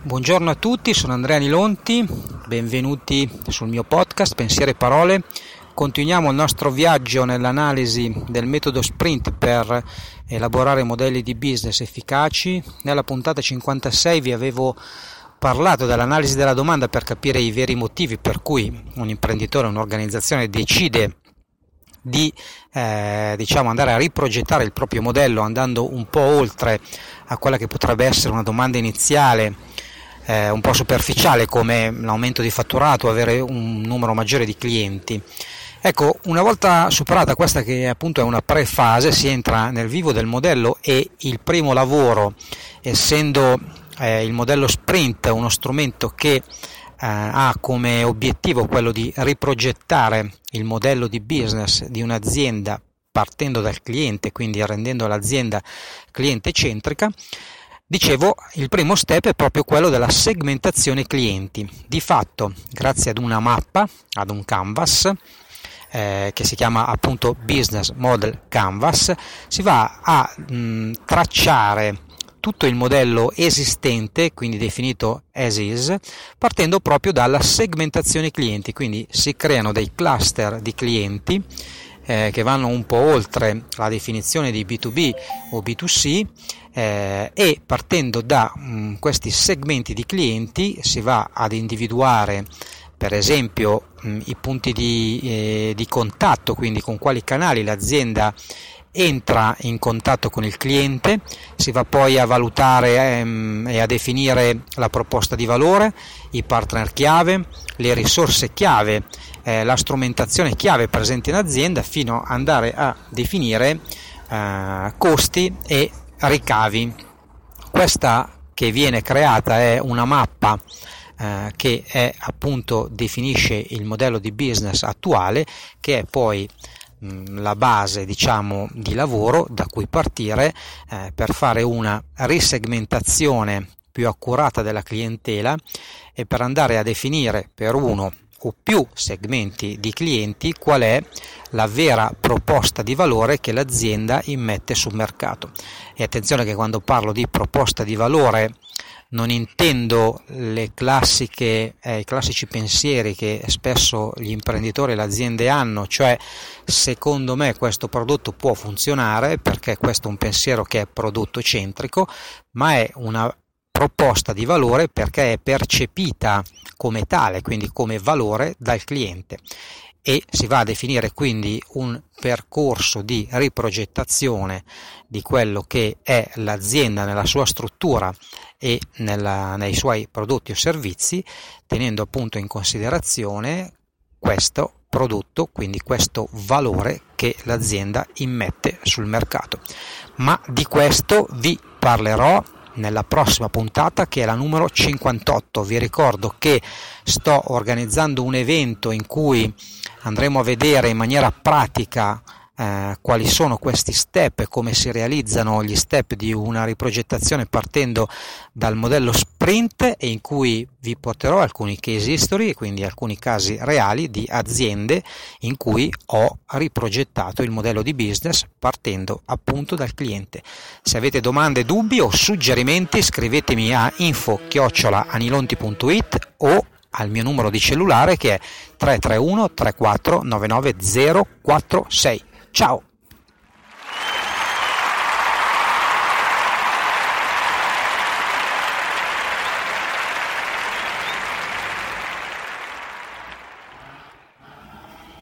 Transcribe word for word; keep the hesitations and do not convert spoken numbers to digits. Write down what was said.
Buongiorno a tutti, sono Andrea Nilonti, benvenuti sul mio podcast Pensieri e Parole. Continuiamo il nostro viaggio nell'analisi del metodo Sprint per elaborare modelli di business efficaci. Nella puntata cinquantasei vi avevo parlato dell'analisi della domanda per capire i veri motivi per cui un imprenditore, un'organizzazione decide di eh, diciamo andare a riprogettare il proprio modello andando un po' oltre a quella che potrebbe essere una domanda iniziale eh, un po' superficiale come l'aumento di fatturato, avere un numero maggiore di clienti. Ecco, una volta superata questa che appunto è una pre-fase, si entra nel vivo del modello e il primo lavoro, essendo eh, il modello Sprint uno strumento che Uh, ha come obiettivo quello di riprogettare il modello di business di un'azienda partendo dal cliente, quindi rendendo l'azienda cliente centrica. Dicevo, il primo step è proprio quello della segmentazione clienti. Di fatto, grazie ad una mappa, ad un canvas eh, che si chiama appunto Business Model Canvas, si va a mh, tracciare tutto il modello esistente, quindi definito as is, partendo proprio dalla segmentazione clienti, quindi si creano dei cluster di clienti eh, che vanno un po' oltre la definizione di B due B o B due C eh, e partendo da mh, questi segmenti di clienti si va ad individuare per esempio mh, i punti di, eh, di contatto, quindi con quali canali l'azienda entra in contatto con il cliente, si va poi a valutare ehm, e a definire la proposta di valore, i partner chiave, le risorse chiave, eh, la strumentazione chiave presente in azienda, fino ad andare a definire eh, costi e ricavi. Questa che viene creata è una mappa eh, che è appunto definisce il modello di business attuale, che è poi la base diciamo di lavoro da cui partire eh, per fare una risegmentazione più accurata della clientela e per andare a definire per uno o più segmenti di clienti qual è la vera proposta di valore che l'azienda immette sul mercato. E attenzione che quando parlo di proposta di valore non intendo le classiche, eh, i classici pensieri che spesso gli imprenditori e le aziende hanno, cioè secondo me questo prodotto può funzionare, perché questo è un pensiero che è prodotto centrico, ma è una proposta di valore perché è percepita come tale, quindi come valore dal cliente. E si va a definire quindi un percorso di riprogettazione di quello che è l'azienda nella sua struttura e nella, nei suoi prodotti o servizi, tenendo appunto in considerazione questo prodotto, quindi questo valore che l'azienda immette sul mercato. Ma di questo vi parlerò nella prossima puntata, che è la numero cinquantotto. Vi ricordo che sto organizzando un evento in cui andremo a vedere in maniera pratica eh, quali sono questi step e come si realizzano gli step di una riprogettazione partendo dal modello Sprint, e in cui vi porterò alcuni case history, quindi alcuni casi reali di aziende in cui ho riprogettato il modello di business partendo appunto dal cliente. Se avete domande, dubbi o suggerimenti, scrivetemi a info chiocciola anilonti punto it o al mio numero di cellulare che è tre tre uno tre quattro nove nove zero quattro sei. Ciao!